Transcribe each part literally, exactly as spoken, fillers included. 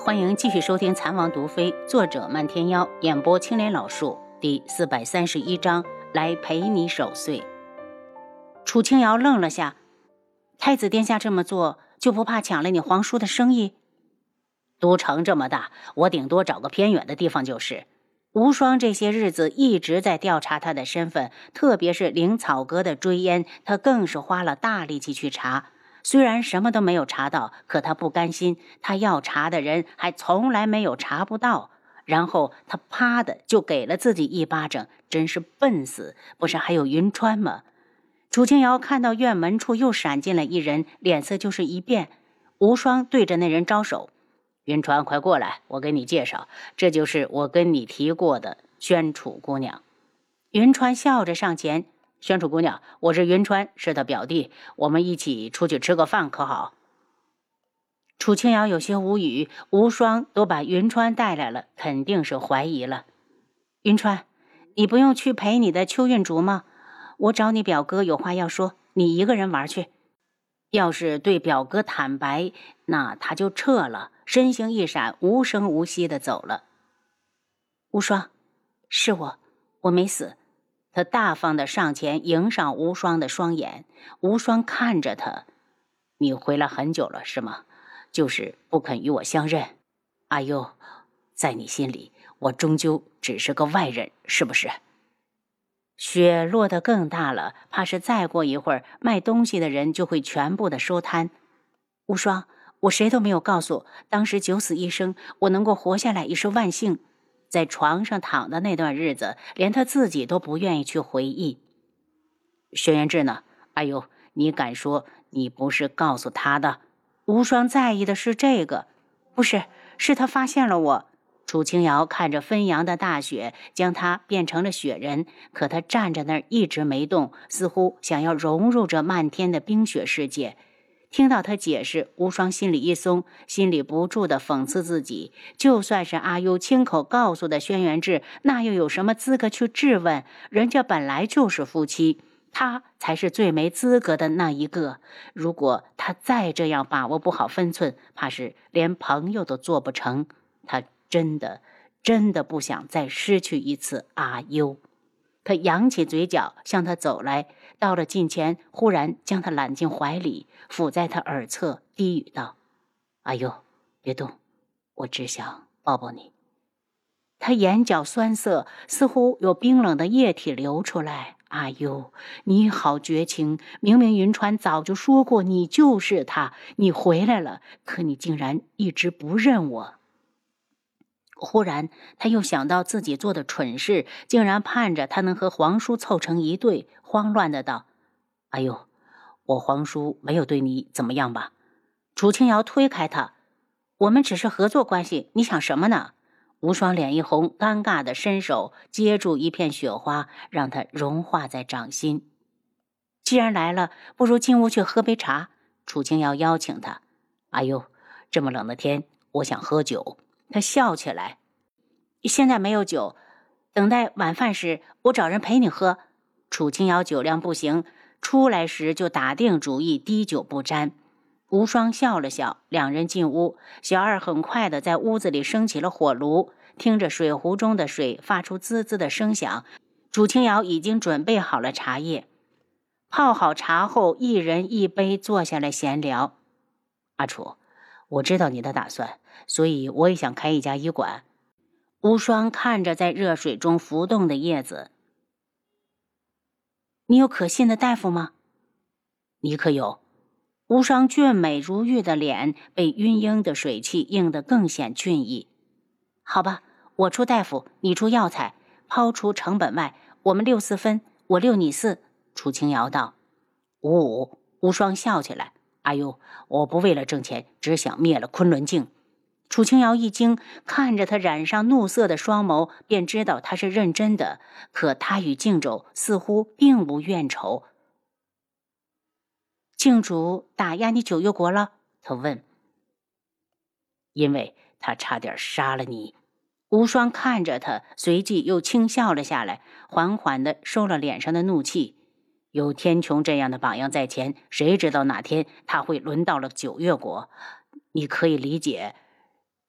欢迎继续收听《残王毒妃》，作者漫天妖，演播青莲老树，第四百三十一章，来陪你守岁。楚清瑶愣了下，太子殿下这么做，就不怕抢了你皇叔的生意？都城这么大，我顶多找个偏远的地方就是。无双这些日子一直在调查他的身份，特别是灵草阁的追烟，他更是花了大力气去查。虽然什么都没有查到，可他不甘心，他要查的人还从来没有查不到。然后他啪的就给了自己一巴掌，真是笨死！不是还有云川吗？楚清瑶看到院门处又闪进了一人，脸色就是一变。无双对着那人招手：云川，快过来，我给你介绍，这就是我跟你提过的宣楚姑娘。云川笑着上前：宣楚姑娘，我是云川，是他表弟，我们一起出去吃个饭可好？楚清瑶有些无语，无双都把云川带来了，肯定是怀疑了。云川，你不用去陪你的邱运竹吗？我找你表哥有话要说，你一个人玩去。要是对表哥坦白，那他就撤了，身形一闪，无声无息地走了。无双，是我，我没死。他大方地上前迎上无双的双眼，无双看着他：你回来很久了是吗？就是不肯与我相认。阿优，在你心里，我终究只是个外人，是不是？雪落得更大了，怕是再过一会儿，卖东西的人就会全部的收摊。无双，我谁都没有告诉，当时九死一生，我能够活下来已是万幸。在床上躺的那段日子，连他自己都不愿意去回忆。轩辕志呢？哎呦，你敢说你不是告诉他的？无双在意的是这个。不是，是他发现了我。楚清瑶看着纷扬的大雪，将他变成了雪人，可他站在那儿一直没动，似乎想要融入这漫天的冰雪世界。听到他解释，无双心里一松，心里不住地讽刺自己，就算是阿优亲口告诉的轩辕志，那又有什么资格去质问？人家本来就是夫妻，他才是最没资格的那一个。如果他再这样把握不好分寸，怕是连朋友都做不成。他真的真的不想再失去一次阿优。他扬起嘴角向他走来，到了近前，忽然将他揽进怀里，抚在他耳侧，低语道：阿优，别动，我只想抱抱你。他眼角酸涩，似乎有冰冷的液体流出来。阿优，你好绝情，明明云川早就说过你就是他，你回来了，可你竟然一直不认我。忽然他又想到自己做的蠢事，竟然盼着他能和皇叔凑成一对，慌乱的道：哎呦，我皇叔没有对你怎么样吧？楚清瑶推开他：我们只是合作关系，你想什么呢？无双脸一红，尴尬的伸手接住一片雪花，让它融化在掌心。既然来了，不如进屋去喝杯茶。楚清瑶邀请他：哎呦，这么冷的天，我想喝酒。他笑起来：现在没有酒，等待晚饭时我找人陪你喝。楚清瑶酒量不行，出来时就打定主意滴酒不沾。无双笑了笑，两人进屋。小二很快的在屋子里升起了火炉，听着水壶中的水发出滋滋的声响，楚清瑶已经准备好了茶叶。泡好茶后，一人一杯坐下来闲聊。阿楚，我知道你的打算，所以我也想开一家医馆。无双看着在热水中浮动的叶子：你有可信的大夫吗？你可有？无双俊美如玉的脸被晕英的水汽映得更显俊逸。好吧，我出大夫，你出药材，抛除成本外，我们六四分，我六你四。楚清瑶道。五五。无双笑起来：哎呦，我不为了挣钱，只想灭了昆仑镜。楚清瑶一惊，看着他染上怒色的双眸，便知道他是认真的，可他与靖州似乎并无怨仇。靖主打压你九月国了？他问。因为他差点杀了你。无双看着他，随即又轻笑了下来，缓缓地收了脸上的怒气。有天穹这样的榜样在前，谁知道哪天他会轮到了九月国？你可以理解，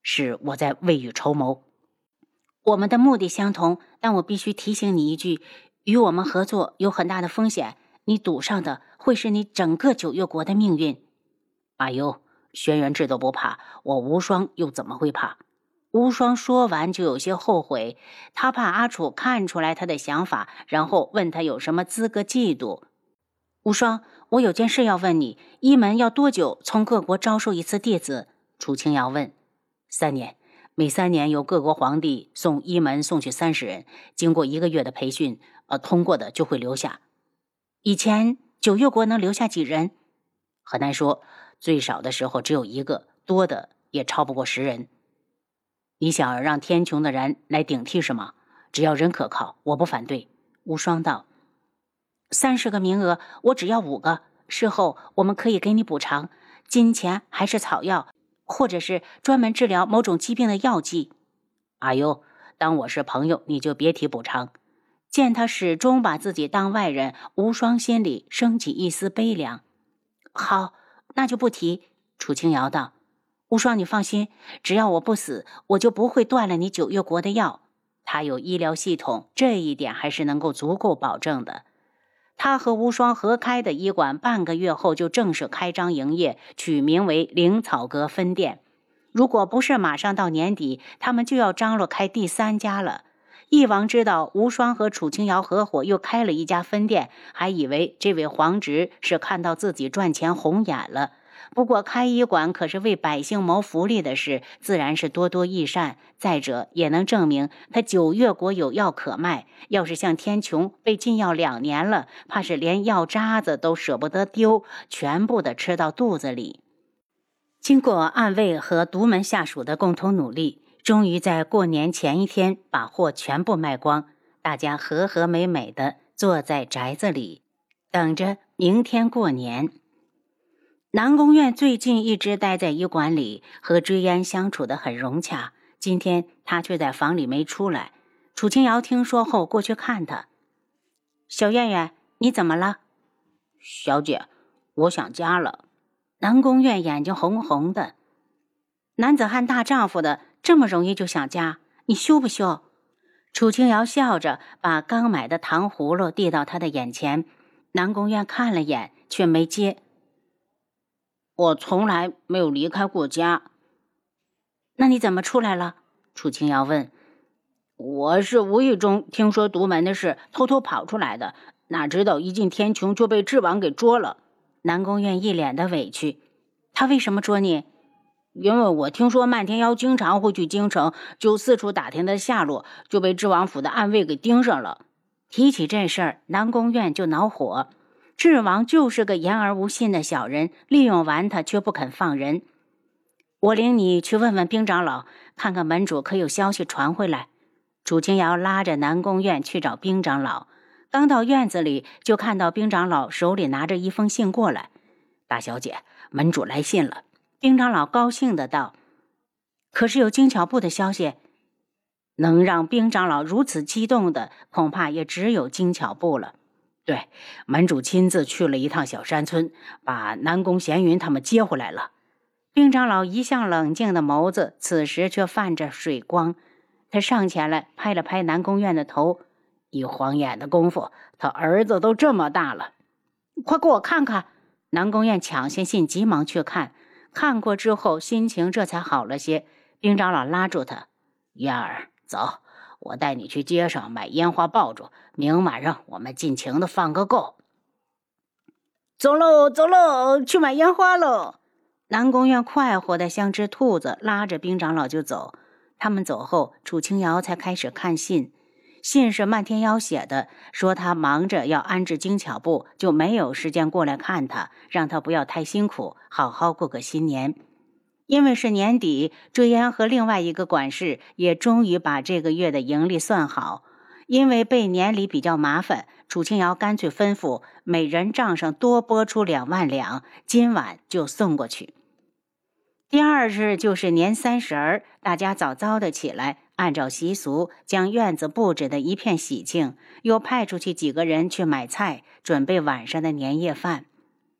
是我在未雨绸缪。我们的目的相同，但我必须提醒你一句，与我们合作有很大的风险，你赌上的会是你整个九月国的命运。哎呦，轩辕志都不怕，我无双又怎么会怕？无双说完就有些后悔，他怕阿楚看出来他的想法，然后问他有什么资格嫉妒。无双，我有件事要问你，一门要多久从各国招收一次弟子？楚清瑶问。三年，每三年由各国皇帝送一门送去三十人，经过一个月的培训，呃，通过的就会留下。以前九月国能留下几人？很难说，最少的时候只有一个，多的也超不过十人。你想让天穹的人来顶替是吗？只要人可靠，我不反对。无双道。三十个名额，我只要五个，事后我们可以给你补偿，金钱还是草药，或者是专门治疗某种疾病的药剂。哎呦，当我是朋友，你就别提补偿。见他始终把自己当外人，无双心里升起一丝悲凉。好，那就不提。楚清瑶道。无双，你放心，只要我不死，我就不会断了你九月国的药。他有医疗系统，这一点还是能够足够保证的。他和无双合开的医馆半个月后就正式开张营业，取名为灵草阁分店。如果不是马上到年底，他们就要张罗开第三家了。翼王知道无双和楚清瑶合伙又开了一家分店，还以为这位皇侄是看到自己赚钱红眼了。不过开医馆可是为百姓谋福利的事，自然是多多益善。再者也能证明他九月国有药可卖，要是像天穹被禁药两年了，怕是连药渣子都舍不得丢，全部的吃到肚子里。经过暗卫和独门下属的共同努力，终于在过年前一天把货全部卖光，大家和和美美的坐在宅子里，等着明天过年。南宫苑最近一直待在医馆里，和追烟相处得很融洽。今天他却在房里没出来。楚清瑶听说后过去看他。小苑苑，你怎么了？小姐，我想家了。南宫苑眼睛红红的。男子汉大丈夫的，这么容易就想家，你羞不羞？楚清瑶笑着把刚买的糖葫芦递到他的眼前。南宫苑看了眼，却没接。我从来没有离开过家。那你怎么出来了？楚清瑶问。我是无意中听说独门的事，偷偷跑出来的，哪知道一进天穹就被智王给捉了。南宫苑一脸的委屈。他为什么捉你？因为我听说漫天妖经常会去京城，就四处打听他的下落，就被智王府的暗卫给盯上了。提起这事儿，南宫苑就恼火。智王就是个言而无信的小人，利用完他却不肯放人。我领你去问问兵长老，看看门主可有消息传回来。楚清瑶拉着南宫苑去找兵长老，刚到院子里就看到兵长老手里拿着一封信过来。大小姐，门主来信了。兵长老高兴的道。可是有精巧部的消息？能让兵长老如此激动的，恐怕也只有精巧部了。对，门主亲自去了一趟小山村，把南宫闲云他们接回来了。兵长老一向冷静的眸子此时却泛着水光，他上前来拍了拍南宫苑的头。一晃眼的功夫，他儿子都这么大了。快给我看看。南宫苑抢先信，急忙去看。看过之后心情这才好了些。兵长老拉住他。燕儿，走，我带你去街上买烟花爆竹，明晚上我们尽情的放个够。走喽走喽，去买烟花喽。南宫苑快活的像只兔子，拉着兵长老就走。他们走后，楚清瑶才开始看信。信是漫天妖写的，说他忙着要安置精巧部，就没有时间过来看他，让他不要太辛苦，好好过个新年。因为是年底，追烟和另外一个管事也终于把这个月的盈利算好。因为备年礼比较麻烦，楚清瑶干脆吩咐每人账上多拨出两万两，今晚就送过去。第二日就是年三十儿，大家早早的起来，按照习俗将院子布置的一片喜庆，又派出去几个人去买菜，准备晚上的年夜饭。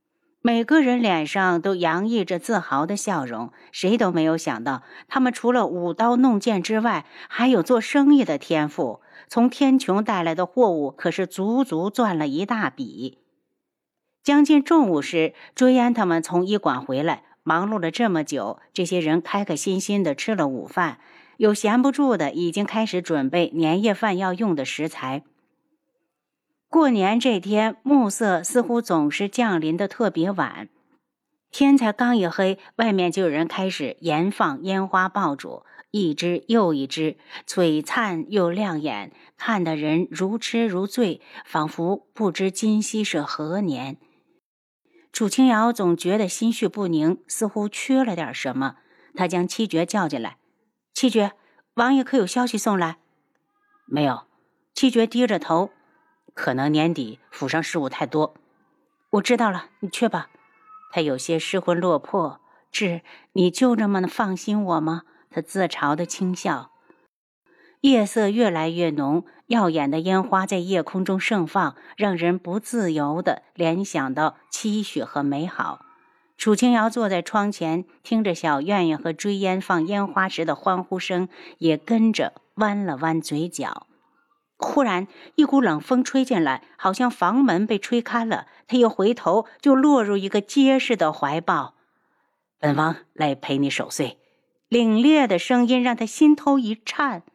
每个人脸上都洋溢着自豪的笑容，谁都没有想到，他们除了舞刀弄剑之外，还有做生意的天赋。从天穹带来的货物可是足足赚了一大笔。将近中午时，追安他们从医馆回来，忙碌了这么久，这些人开开心心地吃了午饭，有闲不住的已经开始准备年夜饭要用的食材。过年这天，暮色似乎总是降临的特别晚，天才刚一黑，外面就有人开始燃放烟花爆竹，一支又一支，璀璨又亮眼，看得人如痴如醉，仿佛不知今夕是何年。楚清瑶总觉得心绪不宁，似乎缺了点什么。他将七绝叫进来：“七绝，王爷可有消息送来？”“没有。”七绝低着头：“可能年底府上事务太多。”“我知道了，你去吧。”他有些失魂落魄：“志，你就这么放心我吗？”他自嘲的轻笑。夜色越来越浓，耀眼的烟花在夜空中盛放，让人不自由地联想到期许和美好。楚清瑶坐在窗前，听着小苑苑和追烟放烟花时的欢呼声，也跟着弯了弯嘴角。忽然一股冷风吹进来，好像房门被吹开了，他一回头就落入一个结实的怀抱。“本王来陪你守岁。”凛冽的声音让他心头一颤。